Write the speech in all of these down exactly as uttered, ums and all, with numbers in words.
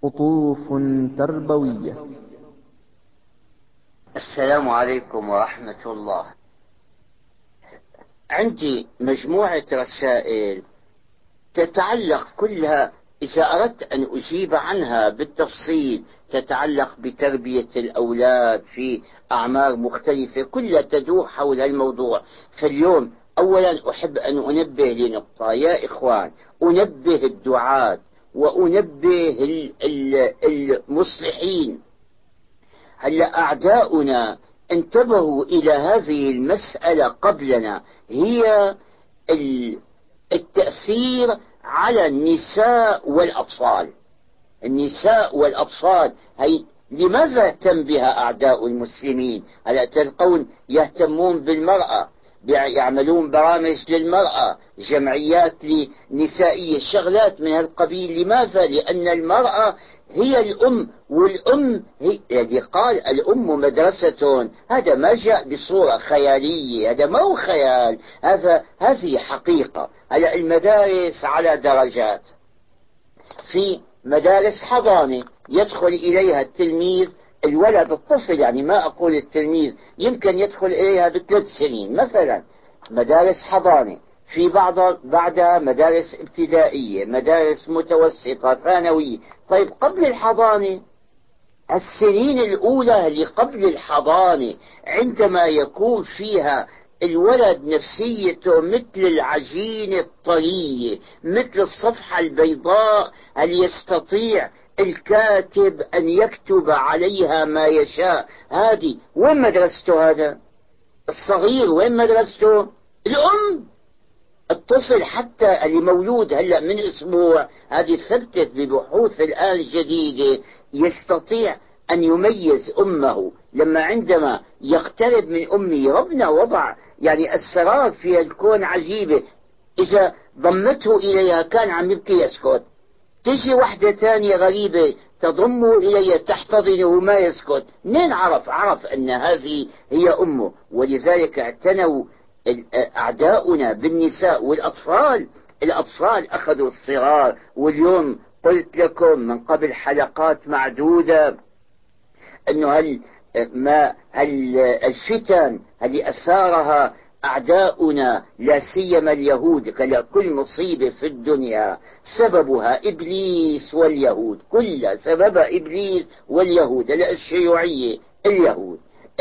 قطوف تربوية. السلام عليكم ورحمة الله. عندي مجموعة رسائل تتعلق كلها، إذا أردت أن أجيب عنها بالتفصيل، تتعلق بتربية الأولاد في أعمار مختلفة، كلها تدور حول الموضوع. فاليوم أولا أحب أن أنبه لنقطة يا إخوان، أنبه الدعاة وأنبه المصلحين. هلا أعداؤنا انتبهوا إلى هذه المسألة قبلنا، هي التأثير على النساء والأطفال. النساء والأطفال هي لماذا تنبه أعداء المسلمين؟ هلا تلقون يهتمون بالمرأة، يعملون برامج للمرأة، جمعيات لنسائية، شغلات من هالقبيل. لماذا؟ لأن المرأة هي الأم، والأم هي الذي قال الأم مدرسة. هذا ما جاء بصورة خيالية، هذا ما هو خيال، هذا هذه حقيقة. هلا المدارس على درجات. في مدارس حضانة يدخل إليها التلميذ، الولد الطفل، يعني ما أقول التلميذ، يمكن يدخل إليها بثلاث سنين مثلا، مدارس حضانة. في بعض بعدها مدارس ابتدائية، مدارس متوسطة، ثانوية. طيب قبل الحضانة، السنين الأولى اللي قبل الحضانة، عندما يكون فيها الولد نفسيته مثل العجينة الطرية، مثل الصفحة البيضاء، هل يستطيع الكاتب أن يكتب عليها ما يشاء؟ هذه وين مدرسته؟ هذا الصغير وين مدرسته؟ الأم. الطفل حتى اللي مولود هلأ من أسبوع، هذه ثبتت ببحوث الآن جديدة، يستطيع أن يميز أمه. لما عندما يقترب من أمه، ربنا وضع يعني السرار في الكون عجيبة. إذا ضمته إليها كان عم يبكي يسكت، تجي وحدة ثانية غريبة تضمه إليها تحتضنه ما يسكت. منين عرف؟ عرف أن هذه هي أمه. ولذلك اعتنوا أعداؤنا بالنساء والأطفال. الأطفال أخذوا الصغار. واليوم قلت لكم من قبل حلقات معدودة أنه هل ما هل الفتن اللي أثارها أعداؤنا لا سيما اليهود، كل مصيبة في الدنيا سببها إبليس واليهود، كلها سببها إبليس واليهود. الشيوعية، اليهود،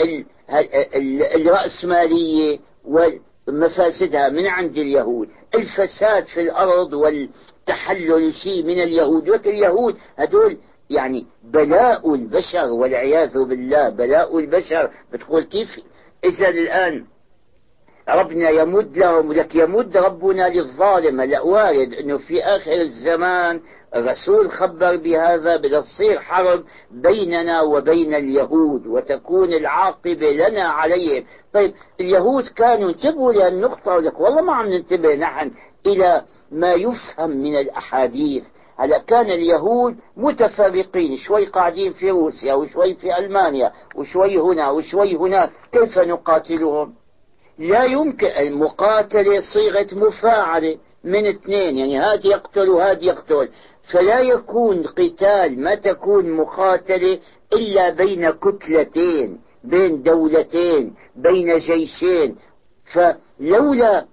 الرأسمالية ومفاسدها من عند اليهود، الفساد في الأرض والتحلل شيء من اليهود. واليهود هدول يعني بلاء البشر والعياذ بالله، بلاء البشر. بتقول كيف إذا الآن ربنا يمد لهم؟ لك يمد ربنا للظالم. لا وارد أنه في آخر الزمان الرسول خبر بهذا، بدها تصير حرب بيننا وبين اليهود وتكون العاقبة لنا عليهم. طيب اليهود كانوا انتبهوا لهالنقطة، ولك والله ما عم ننتبه نحن إلى ما يفهم من الأحاديث. هلا كان اليهود متفرقين، شوي قاعدين في روسيا وشوي في ألمانيا وشوي هنا وشوي هناك، كيف نقاتلهم؟ لا يمكن. المقاتلة صيغة مفاعلة من اثنين، يعني هاد يقتل وهاد يقتل. فلا يكون قتال، ما تكون مقاتلة إلا بين كتلتين، بين دولتين، بين جيشين. فلولا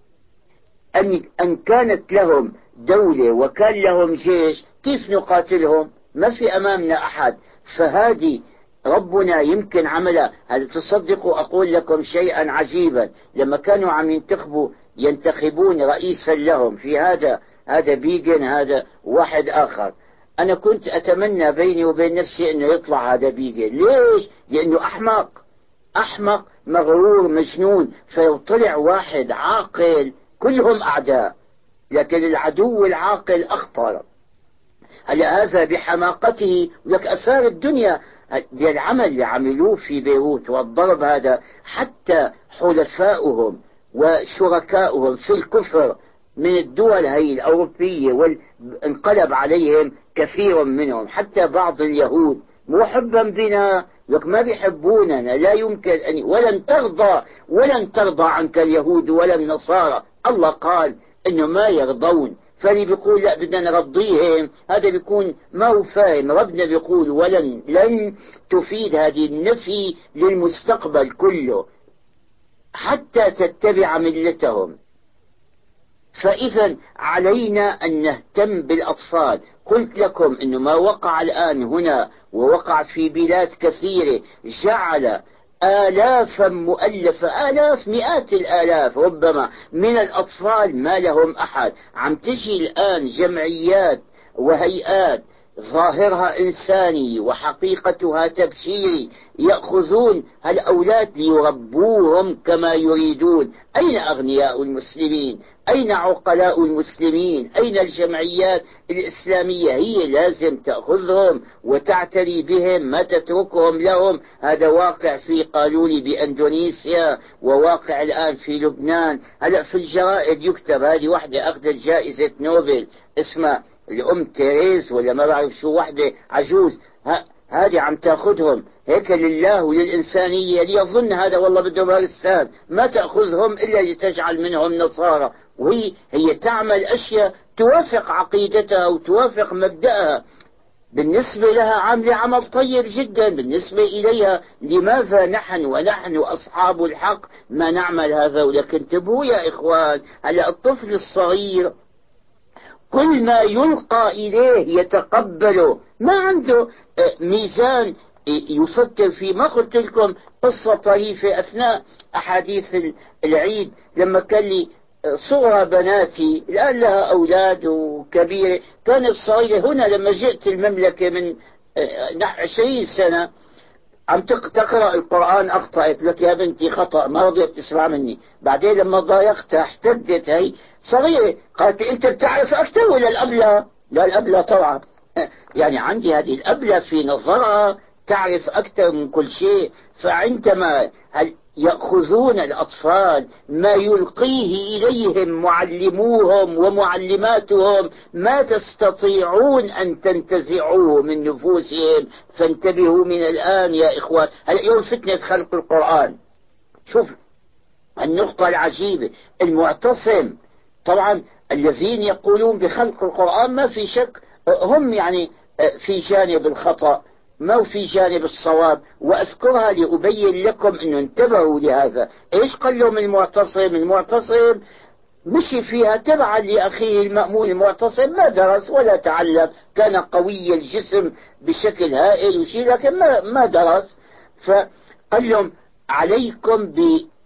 أن, أن كانت لهم دولة وكان لهم جيش، كيف نقاتلهم؟ ما في أمامنا أحد. فهذه ربنا يمكن عملها. هل تصدقوا أقول لكم شيئا عجيبا؟ لما كانوا عم ينتخبوا ينتخبون رئيسا لهم، في هذا هذا بيجن، هذا واحد آخر، أنا كنت أتمنى بيني وبين نفسي أنه يطلع هذا بيجن. ليش؟ لأنه أحمق، أحمق مغرور مجنون. فلو طلع واحد عاقل كلهم أعداء، لكن العدو العاقل أخطر. هلا هذا بحماقته لك أثار الدنيا بالعمل اللي عملوه في بيروت والضرب هذا، حتى حلفاؤهم وشركاؤهم في الكفر من الدول هي الأوروبية وانقلب عليهم كثير منهم، حتى بعض اليهود محبا بنا لك ما بيحبوننا. لا يمكن أن ولن ترضى ولن ترضى عنك اليهود ولا النصارى. الله قال إنه ما يرضون. فاللي بيقول لا بدنا نرضيهم هذا بيكون ما هو فاهم. ربنا بيقول ولن لن تفيد هذه النفي للمستقبل كله حتى تتبع ملتهم. فإذا علينا أن نهتم بالأطفال. قلت لكم أنه ما وقع الآن هنا ووقع في بلاد كثيرة جعل آلافا مؤلفة، آلاف مئات الآلاف ربما من الأطفال ما لهم أحد. عم تجي الآن جمعيات وهيئات ظاهرها إنساني وحقيقتها تبشيري يأخذون هالأولاد ليربوهم كما يريدون. أين أغنياء المسلمين؟ أين عقلاء المسلمين؟ أين الجمعيات الإسلامية؟ هي لازم تأخذهم وتعتني بهم ما تتركهم لهم. هذا واقع في قالولي بأندونيسيا وواقع الآن في لبنان. هلأ في الجرائد يكتب هذه واحدة أخذت جائزة نوبل اسمها الأم تيريز ولا ما بعرف شو، واحدة عجوز هذه عم تأخذهم هيك لله وللإنسانية ليظن هذا والله بده بارستان، ما تأخذهم إلا لتجعل منهم نصارى. وهي هي تعمل أشياء توافق عقيدتها وتوافق مبدأها. بالنسبة لها عاملة عمل طيب جدا. بالنسبة إليها لماذا نحن ونحن أصحاب الحق ما نعمل هذا؟ ولكن انتبهوا يا إخوان، هلا الطفل الصغير كل ما يلقى إليه يتقبله، ما عنده ميزان يفكر فيه. ما قلت لكم قصة طريفة أثناء أحاديث العيد لما كان لي صغرى بناتي الآن لها أولاد وكبيرة، كانت صغيرة هنا لما جئت المملكة من عشرين سنة عم تقرأ القرآن أخطأت لك يا بنتي خطأ ما رضيت تسمع مني. بعدين لما ضايقتها احتدت، هي صغيرة قالت أنت بتعرف أكثر ولا الأبلة؟ لا الأبلة طبعا. يعني عندي هذه الأبلة في نظرها تعرف أكثر من كل شيء. فعندما يأخذون الأطفال ما يلقيه إليهم معلموهم ومعلماتهم ما تستطيعون أن تنتزعوه من نفوسهم. فانتبهوا من الآن يا إخوان. اليوم فتنة خلق القرآن، شوف النقطة العجيبة. المعتصم طبعا الذين يقولون بخلق القرآن ما في شك هم يعني في جانب الخطأ ما في جانب الصواب، وأذكرها لأبين لكم أنه انتبهوا لهذا. إيش قال لهم المعتصم؟ المعتصم مشي فيها تبعا لأخيه المأمون. المعتصم ما درس ولا تعلم، كان قوي الجسم بشكل هائل وشيء لكن ما, ما درس. فقال لهم عليكم ب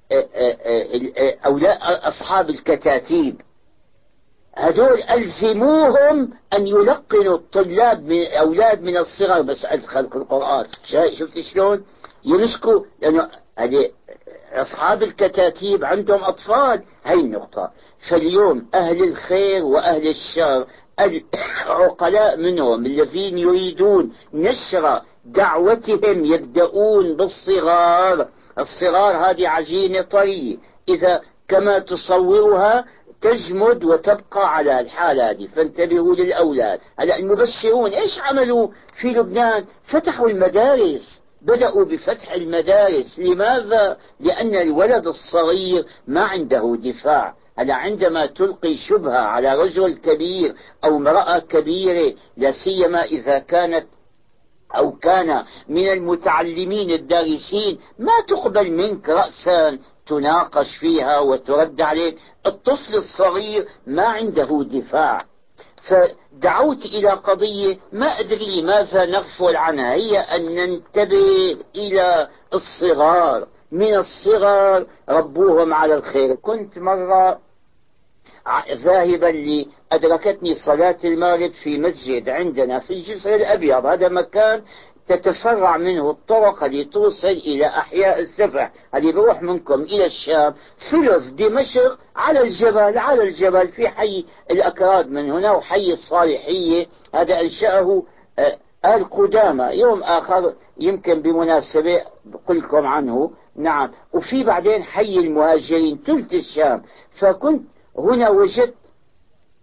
أصحاب الكتاتيب هذول ألزموهم أن يلقنوا الطلاب من أولاد من الصغر مسألة خلق القرآن. شفت شلون يمسكوا؟ لأنه يعني أصحاب الكتاتيب عندهم أطفال. هاي النقطة. فاليوم أهل الخير وأهل الشر العقلاء منهم الذين يريدون نشر دعوتهم يبدأون بالصغار. الصغار هذه عجينة طرية إذا كما تصورها تجمد وتبقى على الحالة هذه. فانتبهوا للأولاد. هلا المبشرون إيش عملوا في لبنان؟ فتحوا المدارس، بدأوا بفتح المدارس. لماذا؟ لأن الولد الصغير ما عنده دفاع. هلا عندما تلقي شبهة على رجل كبير أو امرأة كبيرة لا سيما إذا كانت أو كان من المتعلمين الدارسين ما تقبل منك رأسا تناقش فيها وترد عليك. الطفل الصغير ما عنده دفاع. فدعوت إلى قضية ما أدري لماذا نغفل عنها، هي أن ننتبه إلى الصغار. من الصغر ربوهم على الخير. كنت مرة ذاهبا لي أدركتني صلاة المغرب في مسجد عندنا في الجسر الأبيض. هذا مكان تتفرع منه الطرق اللي توصل إلى أحياء السفح اللي بروح منكم إلى الشام. ثلث دمشق على الجبل، على الجبل في حي الأكراد من هنا وحي الصالحية هذا أنشأه آل قدامى. يوم آخر يمكن بمناسبة بقول لكم عنه. نعم. وفي بعدين حي المهاجرين ثلث الشام. فكنت هنا وجدت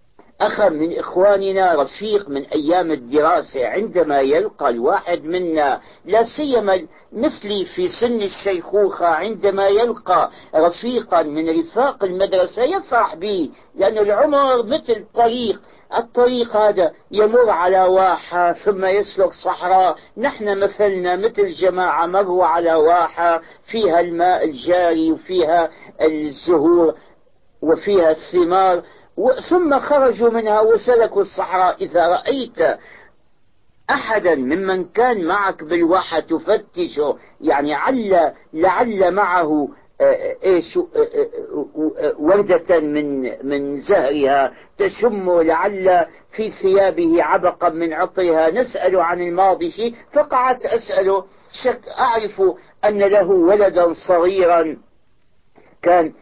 أخا من إخواننا، رفيق من أيام الدراسة، عندما يلقى الواحد منا لا سيما مثلي في سن الشيخوخة، عندما يلقى رفيقا من رفاق المدرسة يفرح به، لأن العمر مثل طريق، الطريق هذا يمر على واحة ثم يسلك صحراء. نحن مثلنا مثل جماعة مروا على واحة فيها الماء الجاري وفيها الزهور وفيها الثمار، ثم خرجوا منها وسلكوا الصحراء. إذا رأيت أحدا ممن كان معك بالواحة تفتشه، يعني عل لعل معه ايش وردة من من زهرها تشم، لعل في ثيابه عبقا من عطرها، نسأل عن الماضي شيء، فقعدت أسأله، شك أعرف أن له ولدا صغيرا كان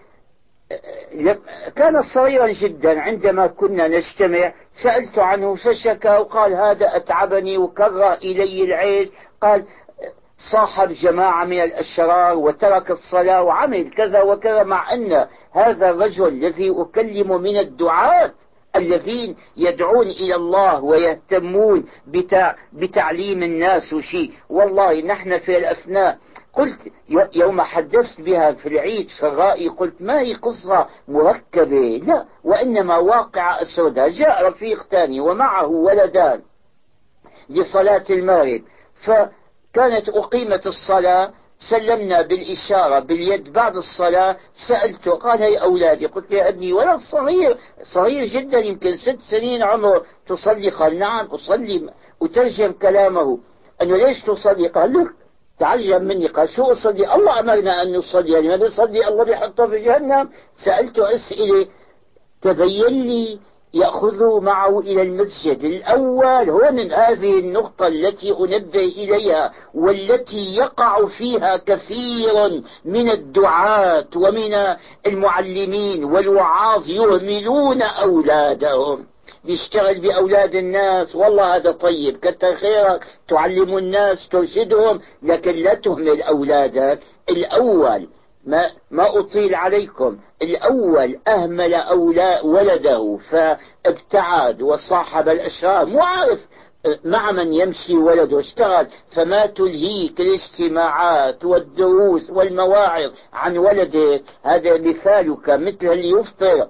كان صغيرا جدا عندما كنا نجتمع، سألت عنه فشكى وقال هذا أتعبني وكره إلي العيش، قال صاحب جماعة من الأشرار وترك الصلاة وعمل كذا وكذا، مع أن هذا الرجل الذي أكلم من الدعاة الذين يدعون إلى الله ويهتمون بتعليم الناس وشيء. والله نحن في الأثناء قلت يوم حدثت بها في العيد في الرأي، قلت ما هي قصة مركبة، لا، وإنما واقعة أسردها. جاء رفيق ثاني ومعه ولدان لصلاة المغرب، فكانت أقيمت الصلاة، سلمنا بالإشارة باليد بعد الصلاة، سألته قال هي أولادي. قلت يا ابني ولد صغير صغير جدا يمكن ست سنين عمره، تصلي؟ قال نعم أصلي. أترجم كلامه أنه ليش تصلي؟ قال لك تعجب مني، قال شو أصلي؟ الله أمرنا أن نصلي، يعني ما نصلي الله بيحطه في جهنم. سألته أسئلة تبين لي يأخذه معه إلى المسجد الأول. هون هذه النقطة التي أنبه إليها والتي يقع فيها كثير من الدعاة ومن المعلمين والوعاظ، يهملون أولادهم. بيشتغل بأولاد الناس، والله هذا طيب كتر خيرك، تعلم الناس ترشدهم، لكن لا تهمل أولادك. الأول ما, ما أطيل عليكم، الأول أهمل أولاد ولده فابتعد وصاحب الأشرار، مو عارف مع من يمشي ولده، اشتغل، فما تلهيك الاجتماعات والدروس والمواعظ عن ولدك. هذا مثالك مثل اللي يفطر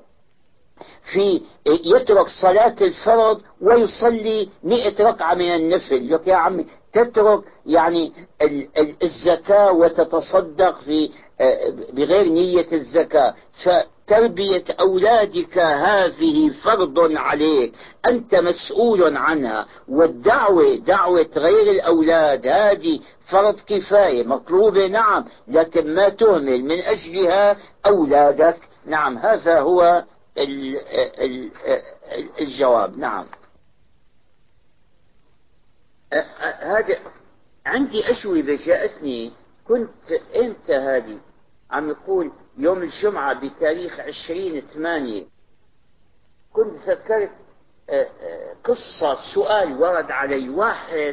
في يترك صلاة الفرض ويصلي مئة ركعة من النفل. لك يا عمي تترك يعني الزكاة وتتصدق في بغير نية الزكاة. فتربية أولادك هذه فرض عليك، أنت مسؤول عنها، والدعوة دعوة غير الأولاد هذه فرض كفاية مطلوبة نعم، لكن ما تهمل من أجلها أولادك. نعم هذا هو الجواب. نعم هذا عندي أشوبة جاءتني، كنت امتى هذه عم يقول يوم الجمعة بتاريخ عشرين ثمانية، كنت ذكرت قصة سؤال ورد علي، واحد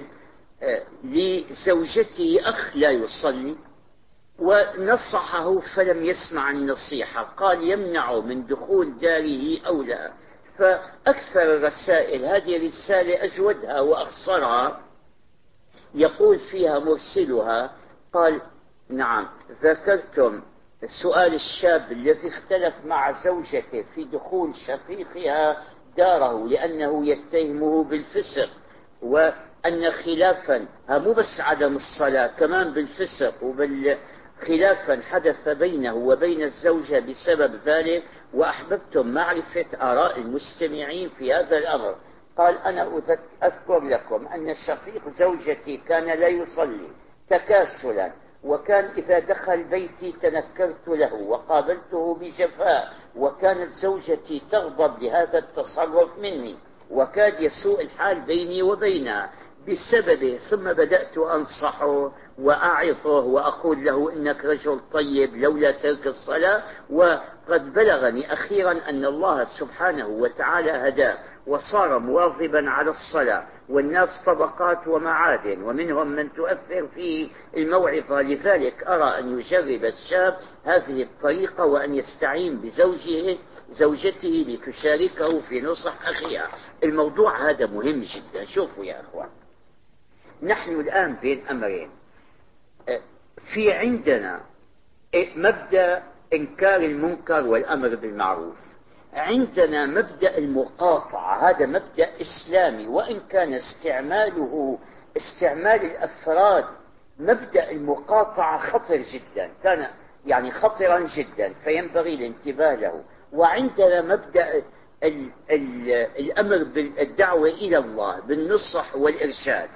لزوجته أخ لا يصلي ونصحه فلم يسمع النصيحة، قال يمنع من دخول داره أو لا. فأكثر الرسائل هذه رسالة أجودها وأخصرها، يقول فيها مرسلها قال نعم ذكرتم سؤال الشاب الذي اختلف مع زوجته في دخول شقيقها داره لأنه يتهمه بالفسق، وأن خلافا مو بس عدم الصلاة كمان بالفسق وبال خلافا حدث بينه وبين الزوجة بسبب ذلك، وأحببتم معرفة آراء المستمعين في هذا الأمر. قال أنا أذكر لكم أن شقيق زوجتي كان لا يصلي تكاسلا، وكان إذا دخل بيتي تنكرت له وقابلته بجفاء، وكانت زوجتي تغضب لهذا التصرف مني، وكاد يسوء الحال بيني وبينها بسببه. ثم بدأت أنصحه وأعظه وأقول له إنك رجل طيب لولا ترك الصلاة، وقد بلغني أخيرا أن الله سبحانه وتعالى هداه وصار مواظبا على الصلاة، والناس طبقات ومعادن ومنهم من تؤثر فيه الموعظة. لذلك أرى أن يجرب الشاب هذه الطريقة وأن يستعين بزوجه زوجته لتشاركه في نصح أخيها. الموضوع هذا مهم جدا. شوفوا يا أخوان، نحن الآن بين أمرين. في عندنا مبدأ إنكار المنكر والأمر بالمعروف، عندنا مبدأ المقاطعة، هذا مبدأ إسلامي، وإن كان استعماله استعمال الأفراد مبدأ المقاطعة خطر جدا، كان يعني خطرا جدا، فينبغي الانتباه له. وعندنا مبدأ ال ال الأمر بالدعوة إلى الله بالنصح والإرشاد.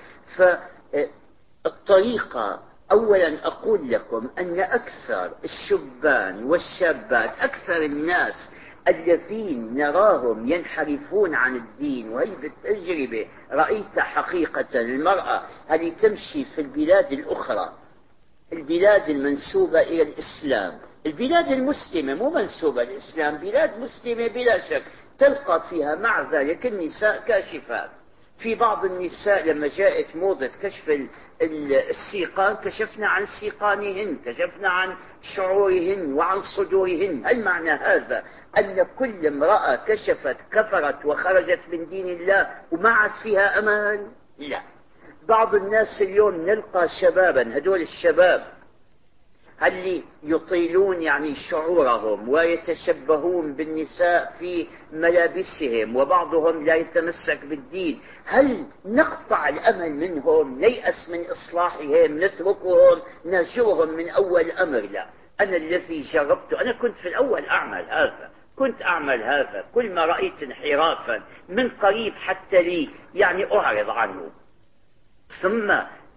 فالطريقة أولا أقول لكم أن أكثر الشبان والشابات، أكثر الناس الذين نراهم ينحرفون عن الدين، وهي بالتجربة رأيت حقيقة المرأة هل تمشي في البلاد الأخرى، البلاد المنسوبة إلى الإسلام، البلاد المسلمة مو منسوبة للإسلام، بلاد مسلمة بلا شك، تلقى فيها مع ذلك النساء كاشفات. في بعض النساء لما جاءت موضة كشف السيقان كشفنا عن سيقانهن، كشفنا عن شعورهن وعن صدورهن. هل معنى هذا أن كل امرأة كشفت كفرت وخرجت من دين الله وما عاد فيها أمان؟ لا. بعض الناس اليوم نلقى شبابا، هدول الشباب اللي يطيلون يعني شعورهم ويتشبهون بالنساء في ملابسهم، وبعضهم لا يتمسك بالدين، هل نقطع الأمل منهم، نيأس من إصلاحهم، نتركهم، نهجرهم من أول أمر؟ لا. أنا الذي جربته، أنا كنت في الأول أعمل هذا، كنت أعمل هذا، كل ما رأيت انحرافا من قريب حتى لي يعني أعرض عنه، ثم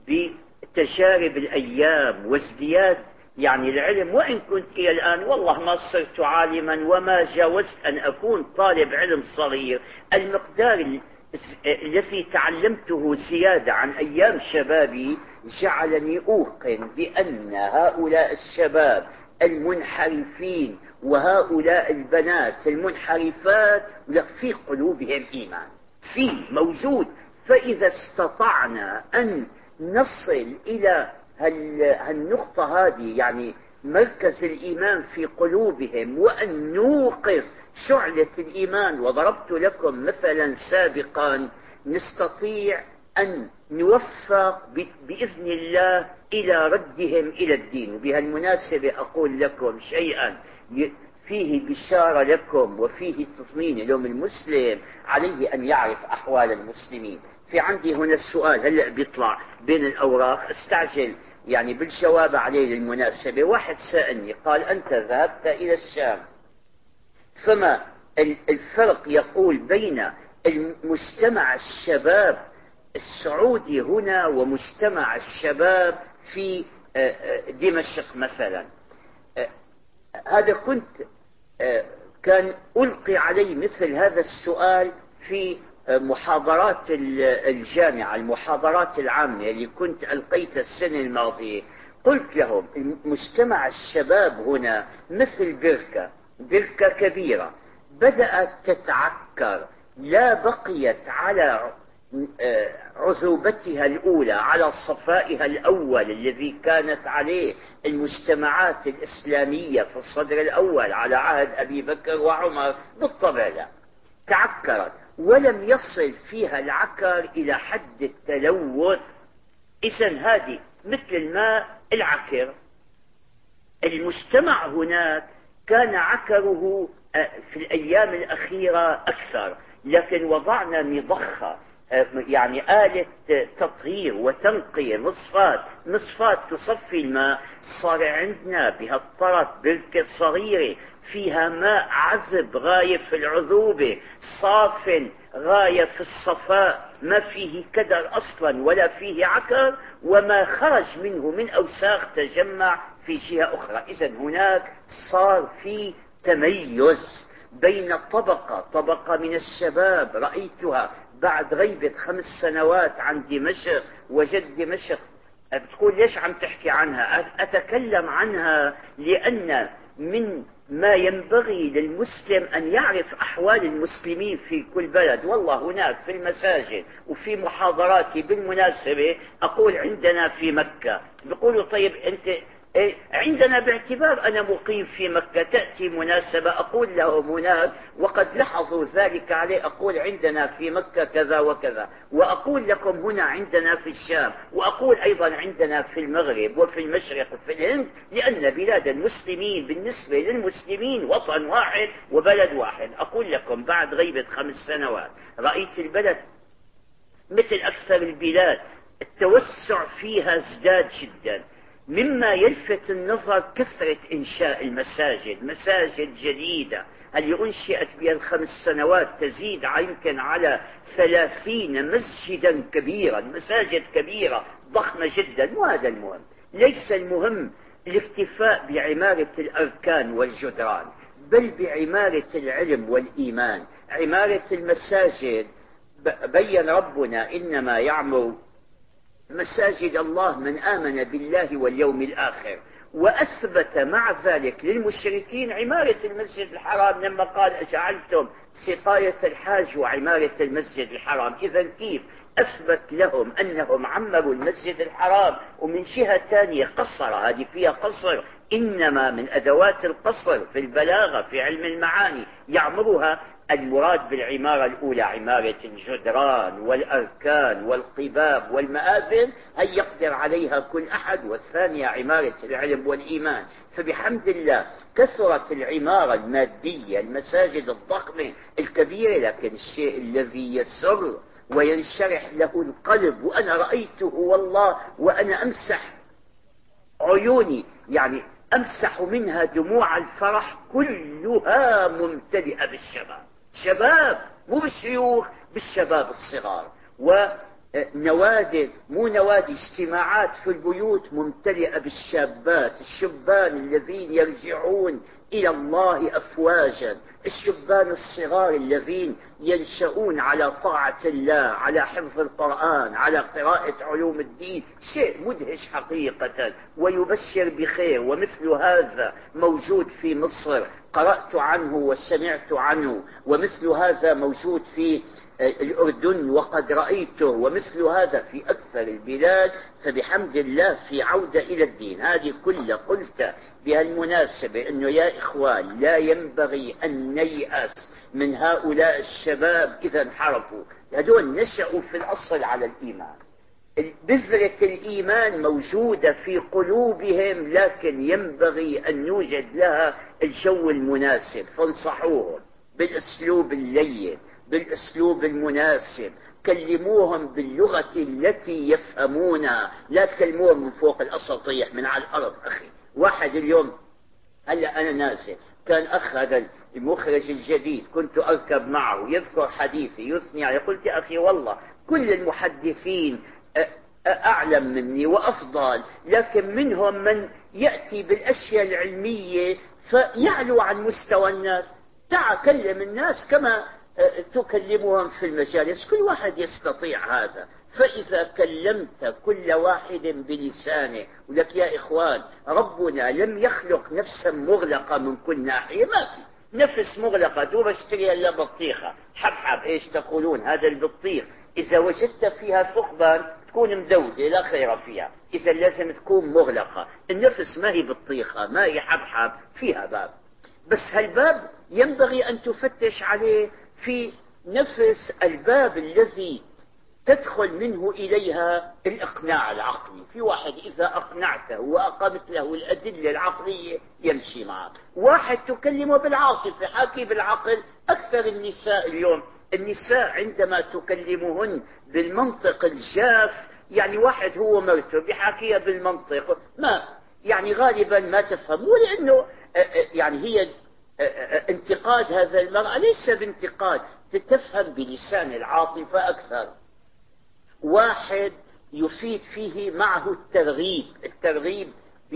بتجارب الأيام وازدياد يعني العلم، وإن كنت إلى الآن والله ما صرت عالما وما جاوزت أن أكون طالب علم صغير، المقدار الذي تعلمته زيادة عن أيام شبابي جعلني أوقن بأن هؤلاء الشباب المنحرفين وهؤلاء البنات المنحرفات في قلوبهم إيمان، في موجود. فإذا استطعنا أن نصل إلى هالنقطة هذه، يعني مركز الإيمان في قلوبهم، وأن نوقظ شعلة الإيمان، وضربت لكم مثلا سابقا، نستطيع أن نوفق بإذن الله إلى ردهم إلى الدين. وبهالمناسبة أقول لكم شيئا فيه بشارة لكم وفيه تطمين. اليوم المسلم عليه أن يعرف أحوال المسلمين. في عندي هنا السؤال هلأ بيطلع بين الأوراق، استعجل يعني بالجواب عليه. للمناسبة واحد سألني قال أنت ذهبت إلى الشام، فما الفرق يقول بين المجتمع الشباب السعودي هنا ومجتمع الشباب في دمشق مثلا؟ هذا كنت كان ألقي علي مثل هذا السؤال في محاضرات الجامعة، المحاضرات العامة اللي كنت ألقيتها السنة الماضية. قلت لهم مجتمع الشباب هنا مثل بركة، بركة كبيرة بدأت تتعكر، لا بقيت على عذوبتها الأولى، على صفائها الأول الذي كانت عليه المجتمعات الإسلامية في الصدر الأول على عهد أبي بكر وعمر. بالطبع لا، تعكرت، ولم يصل فيها العكر إلى حد التلوث. إذن هذه مثل الماء العكر. المجتمع هناك كان عكره في الأيام الأخيرة أكثر، لكن وضعنا مضخة يعني آلة تطهير وتنقية، مصفات مصفات تصفي الماء. صار عندنا بهالطرف بركة صغيرة فيها ماء عذب غاية في العذوبة، صاف غاية في الصفاء، ما فيه كدر أصلا ولا فيه عكر، وما خرج منه من أوساخ تجمع في جهة أخرى. إذن هناك صار في تميز بين طبقة طبقة من الشباب رأيتها بعد غيبة خمس سنوات عن دمشق. وجد دمشق بتقول ليش عم تحكي عنها؟ أتكلم عنها لأن من ما ينبغي للمسلم أن يعرف أحوال المسلمين في كل بلد. والله هناك في المساجد وفي محاضراتي بالمناسبة أقول عندنا في مكة بيقولوا طيب أنت عندنا باعتبار أنا مقيم في مكة تأتي مناسبة أقول لهم هناك وقد لاحظوا ذلك عليه، أقول عندنا في مكة كذا وكذا، وأقول لكم هنا عندنا في الشام، وأقول أيضا عندنا في المغرب وفي المشرق وفي الهند، لأن بلاد المسلمين بالنسبة للمسلمين وطن واحد وبلد واحد. أقول لكم بعد غيبة خمس سنوات رأيت البلد مثل أكثر البلاد التوسع فيها ازداد جدا. مما يلفت النظر كثرة إنشاء المساجد، مساجد جديدة اللي أنشئت بها الخمس سنوات تزيد يمكن على ثلاثين مسجدا كبيرا، مساجد كبيرة ضخمة جدا. وهذا المهم، ليس المهم الاكتفاء بعمارة الأركان والجدران، بل بعمارة العلم والإيمان. عمارة المساجد بين ربنا إنما يعمر مساجد الله من آمن بالله واليوم الآخر، وأثبت مع ذلك للمشركين عمارة المسجد الحرام لما قال أجعلتم سقاية الحاج وعمارة المسجد الحرام. إذا كيف أثبت لهم أنهم عمروا المسجد الحرام؟ ومن جهة ثانية قصر، هذه فيها قصر، إنما من أدوات القصر في البلاغة في علم المعاني يعمرها. المراد بالعمارة الأولى عمارة الجدران والأركان والقباب والمآذن هي يقدر عليها كل أحد، والثانية عمارة العلم والإيمان. فبحمد الله كثرت العمارة المادية، المساجد الضخمة الكبيرة، لكن الشيء الذي يسر وينشرح له القلب، وأنا رأيته والله وأنا أمسح عيوني، يعني أمسح منها دموع الفرح، كلها ممتلئة بالشباب، شباب مو بالشيوخ، بالشباب الصغار. ونوادي مو نوادي، اجتماعات في البيوت ممتلئة بالشابات، الشبان الذين يرجعون إلى الله أفواجا، الشبان الصغار الذين ينشؤون على طاعة الله، على حفظ القرآن، على قراءة علوم الدين. شيء مدهش حقيقة ويبشر بخير. ومثل هذا موجود في مصر، قرأت عنه وسمعت عنه، ومثل هذا موجود في الأردن وقد رأيته، ومثل هذا في أكثر البلاد. فبحمد الله في عودة إلى الدين. هذه كلها قلت بهالمناسبة أنه يا إخوان لا ينبغي أن نيأس من هؤلاء الشباب إذا انحرفوا. هذول نشأوا في الأصل على الإيمان، بذرة الإيمان موجودة في قلوبهم، لكن ينبغي أن يوجد لها الجو المناسب. فانصحوهم بالأسلوب اللين، بالأسلوب المناسب، كلموهم باللغة التي يفهمونها، لا تكلموهم من فوق الأساطيح من على الأرض. أخي واحد اليوم، هلأ أنا ناسي، كان أخ هذا المخرج الجديد كنت أركب معه يذكر حديثي يثني عليه، قلت يا أخي والله كل المحدثين أعلم مني وأفضل، لكن منهم من يأتي بالأشياء العلمية فيعلو عن مستوى الناس. تعال كلم الناس كما تكلمهم في المجالس، كل واحد يستطيع هذا. فإذا كلمت كل واحد بلسانه، ولك يا إخوان ربنا لم يخلق نفسا مغلقة من كل ناحية، ما في نفس مغلقة دوب اشتري إلا بطيخة حبحب إيش تقولون هذا البطيخ، إذا وجدت فيها ثقبا تكون مدودة لا خير فيها، إذا لازم تكون مغلقة. النفس ما هي بطيخة، ما هي حبحب، فيها باب، بس هالباب ينبغي أن تفتش عليه في نفس الباب الذي تدخل منه إليها الإقناع العقلي. في واحد إذا أقنعته وأقمت له الأدلة العقلية يمشي معك. واحد تكلمه بالعاطفة حاكي بالعقل. أكثر النساء اليوم، النساء عندما تكلمهن بالمنطق الجاف، يعني واحد هو مرته بحاكيها بالمنطق ما يعني غالبا ما تفهم، ولأنه يعني هي انتقاد هذا المرأة ليس بانتقاد، تتفهم بلسان العاطفة أكثر. واحد يفيد فيه معه الترغيب، الترغيب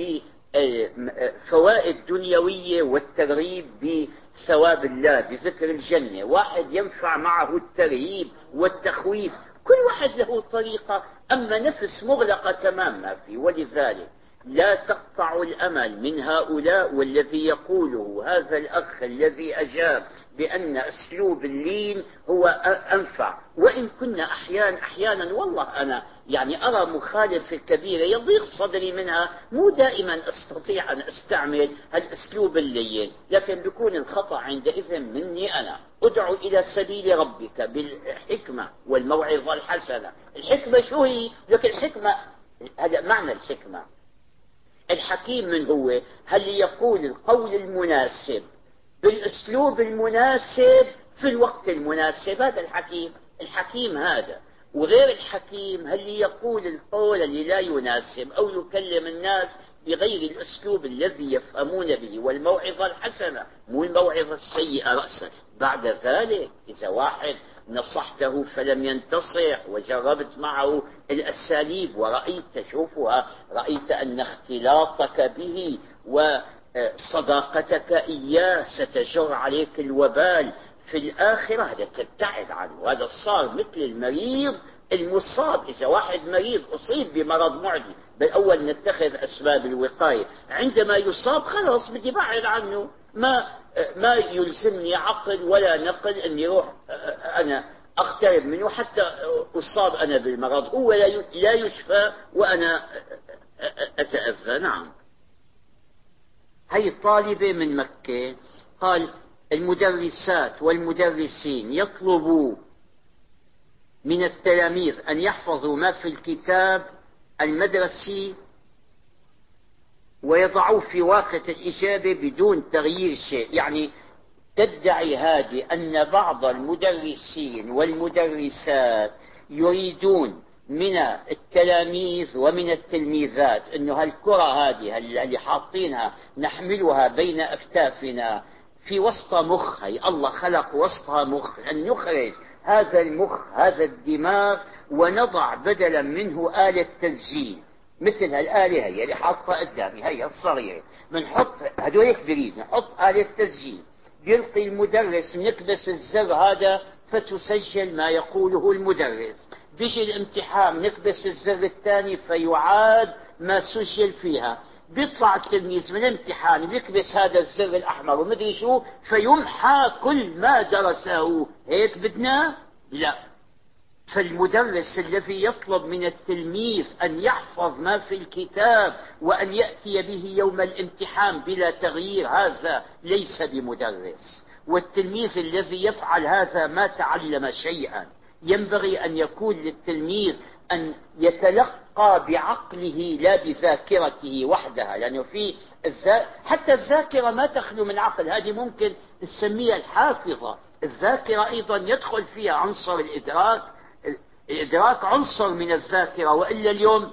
بفوائد دنيوية والترغيب بثواب الله بذكر الجنة. واحد ينفع معه الترهيب والتخويف، كل واحد له طريقة. أما نفس مغلقة تمام ما في. ولذلك لا تقطع الأمل من هؤلاء، والذي يقوله هذا الأخ الذي أجاب بأن أسلوب اللين هو أنفع، وإن كنا أحيانا أحيانا والله أنا يعني أرى مخالفة كبيرة يضيق صدري منها، مو دائما أستطيع أن أستعمل هالأسلوب اللين، لكن بيكون الخطأ عندئذ مني أنا. ادعو إلى سبيل ربك بالحكمة والموعظة الحسنة. الحكمة شو هي؟ لكن الحكمة هذا معنى الحكمة. الحكيم من هو؟ هل يقول القول المناسب بالأسلوب المناسب في الوقت المناسب، هذا الحكيم. الحكيم هذا. وغير الحكيم هل يقول القول اللي لا يناسب أو يكلم الناس بغير الأسلوب الذي يفهمون به، والموعظة الحسنة مو الموعظة السيئة رأسا. بعد ذلك إذا واحد نصحته فلم ينتصح وجربت معه الأساليب ورأيت تشوفها، رأيت أن اختلاطك به وصداقتك إياه ستجر عليك الوبال في الآخرة، هذا تبتعد عنه. هذا صار مثل المريض المصاب. إذا واحد مريض أصيب بمرض معدي، بالأول نتخذ أسباب الوقاية، عندما يصاب خلاص بدي بعد عنه، ما ما يلزمني عقل ولا نقل أن يروح أنا أقترب منه حتى أصاب أنا بالمرض، هو لا يشفى وأنا أتأذى. نعم. هي الطالبة من مكة قال المدرسات والمدرسين يطلبوا من التلاميذ أن يحفظوا ما في الكتاب المدرسي ويضعوه في واقة الإجابة بدون تغيير شيء. يعني تدعي هذه أن بعض المدرسين والمدرسات يريدون من التلاميذ ومن التلميذات أنه هالكرة هذه اللي حاطينها نحملها بين أكتافنا في وسط مخ، هي الله خلق وسطها مخ، أن نخرج هذا المخ هذا الدماغ ونضع بدلا منه آلة تسجيل مثل هالآلة هي اللي حاطة قدامي هي الصغيرة، بنحط هدول كبيرين نحط آلة تسجيل، يلقي المدرس نكبس الزر هذا فتسجل ما يقوله المدرس، بيجي الامتحان نكبس الزر الثاني فيعاد ما سجل فيها، بيطلع التلميذ من الامتحان بيكبس هذا الزر الأحمر ومدري شو فيمحى كل ما درسه. هيك بدنا؟ لا. فالمدرس الذي يطلب من التلميذ أن يحفظ ما في الكتاب وأن يأتي به يوم الامتحان بلا تغيير هذا ليس بمدرس، والتلميذ الذي يفعل هذا ما تعلم شيئا. ينبغي أن يكون للتلميذ أن يتلقى بعقله لا بذاكرته وحدها، لأنه في الذا... حتى الذاكرة ما تخلو من عقل، هذه ممكن نسميها الحافظة. الذاكرة أيضا يدخل فيها عنصر الإدراك، الإدراك عنصر من الذاكرة، وإلا اليوم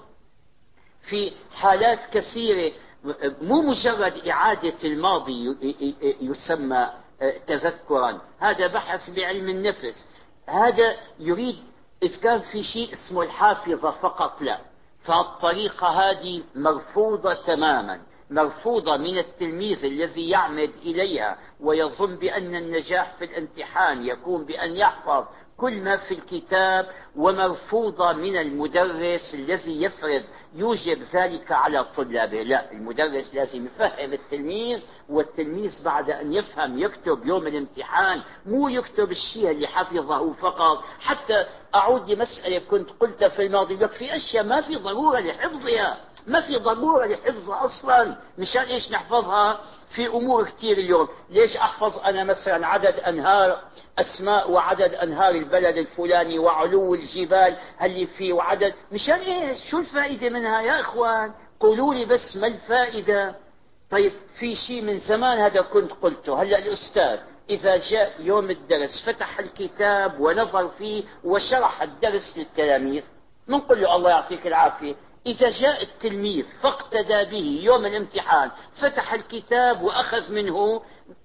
في حالات كثيرة مو مجرد إعادة الماضي يسمى تذكرا، هذا بحث بعلم النفس، هذا يريد إذا كان في شيء اسمه الحافظة فقط لا، فالطريقة هذه مرفوضة تماما، مرفوضة من التلميذ الذي يعمد إليها ويظن بأن النجاح في الامتحان يكون بأن يحفظ كل ما في الكتاب، ومرفوضة من المدرس الذي يفرض يوجب ذلك على طلابه. لا، المدرس لازم يفهم التلميذ، والتلميذ بعد أن يفهم يكتب يوم الامتحان، مو يكتب الشيء اللي حفظه فقط. حتى أعود لمسألة كنت قلتها في الماضي، لك في أشياء ما في ضرورة لحفظها، ما في ضرورة لحفظها أصلا، مشان إيش نحفظها؟ في أمور كثير اليوم، ليش أحفظ أنا مثلا عدد أنهار أسماء وعدد أنهار البلد الفلاني وعلو الجبال اللي فيه وعدد، مشان إيش؟ شو الفائدة منها يا إخوان؟ قولوا لي بس ما الفائدة. طيب في شيء من زمان هذا كنت قلته، هلأ الأستاذ إذا جاء يوم الدرس فتح الكتاب ونظر فيه وشرح الدرس للتلاميذ، نقول له الله يعطيك العافية. إذا جاء التلميذ فاقتدى به يوم الامتحان فتح الكتاب وأخذ منه،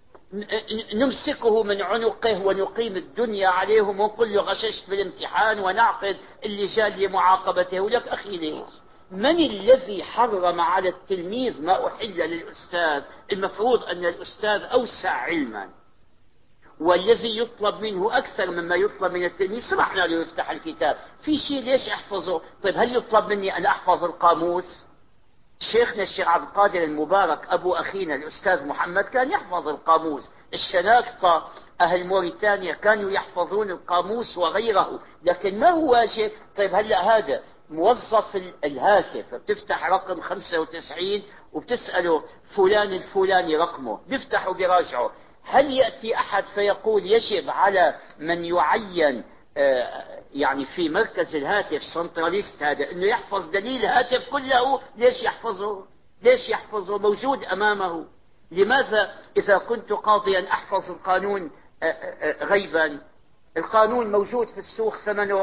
نمسكه من عنقه ونقيم الدنيا عليهم ونقول له غششت بالامتحان ونعقد اللجان لمعاقبته. ولك أخي ليش؟ من الذي حرم على التلميذ ما أحل للأستاذ؟ المفروض أن الأستاذ أوسع علما، والذي يطلب منه أكثر مما يطلب من التلميذ. سمحنا له يفتح الكتاب، في شيء ليش أحفظه؟ طيب هل يطلب مني أن أحفظ القاموس؟ شيخنا الشيخ عبد القادر المبارك أبو أخينا الأستاذ محمد كان يحفظ القاموس. الشناقطة أهل موريتانيا كانوا يحفظون القاموس وغيره، لكن ما هو واجب. طيب هلأ هذا موظف الهاتف بتفتح رقم خمسة وتسعين وبتسأله فلان الفلاني رقمه، بيفتحوا بيراجعوا. هل يأتي أحد فيقول يجب على من يعين يعني في مركز الهاتف سنتراليست هذا انه يحفظ دليل الهاتف كله؟ ليش يحفظه؟ ليش يحفظه؟ موجود امامه. لماذا اذا كنت قاضيا احفظ القانون غيبا؟ القانون موجود في السوق ثمنه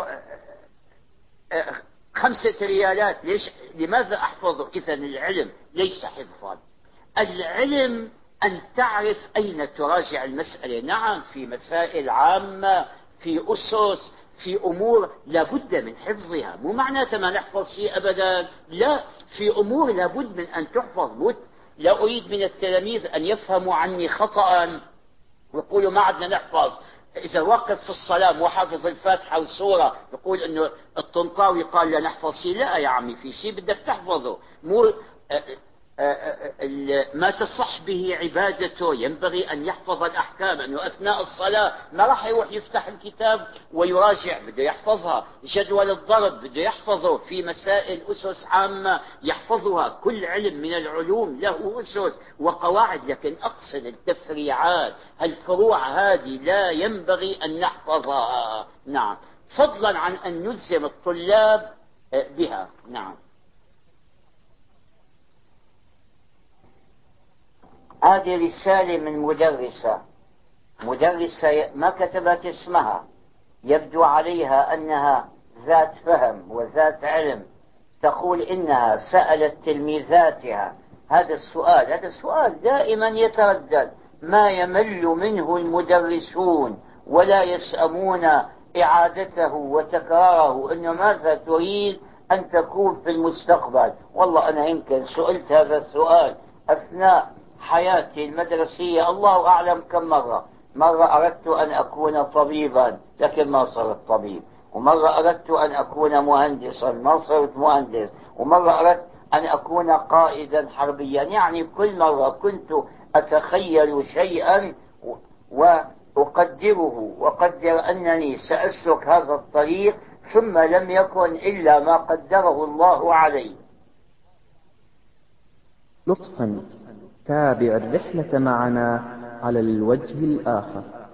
خمسة ريالات، ليش لماذا احفظه؟ اذا العلم ليس حفظا. العلم ان تعرف اين تراجع المسألة. نعم في مسائل عامة، في أسس، في أمور لابد من حفظها، مو معناتها ما نحفظ شيء أبدا، لا، في أمور لابد من أن تحفظ. لا أريد من التلاميذ أن يفهموا عني خطأ ويقولوا ما عدنا نحفظ. إذا وقف في الصلاة وحافظ الفاتحة والسورة يقول إنه الطنطاوي قال لا نحفظ شيء. لا يا عمي، في شيء بدك تحفظه، مو ما تصح به عبادته. ينبغي أن يحفظ الأحكام، أنه أثناء الصلاة ما راح يروح يفتح الكتاب ويراجع، بده يحفظها. جدول الضرب بده يحفظه. في مسائل أسس عامة يحفظها. كل علم من العلوم له أسس وقواعد، لكن أقصد التفريعات، الفروع هذه لا ينبغي أن نحفظها. نعم، فضلا عن أن نلزم الطلاب بها. نعم. هذه رسالة من مدرسة مدرسة ما كتبت اسمها، يبدو عليها أنها ذات فهم وذات علم. تقول إنها سألت تلميذاتها هذا السؤال. هذا السؤال دائما يتردد، ما يمل منه المدرسون ولا يسأمون إعادته وتكراره، إنه ماذا تريد أن تكون في المستقبل. والله أنا يمكن سئلت هذا السؤال أثناء حياتي المدرسية الله أعلم كم مرة. مرة أردت أن أكون طبيبا لكن ما صرت طبيب، ومرة أردت أن أكون مهندسا ما صرت مهندس، ومرة أردت أن أكون قائدا حربيا. يعني كل مرة كنت أتخيل شيئا وأقدره وأقدر أنني سأسلك هذا الطريق، ثم لم يكن إلا ما قدره الله علي. لطفا تابع الرحلة معنا على الوجه الآخر.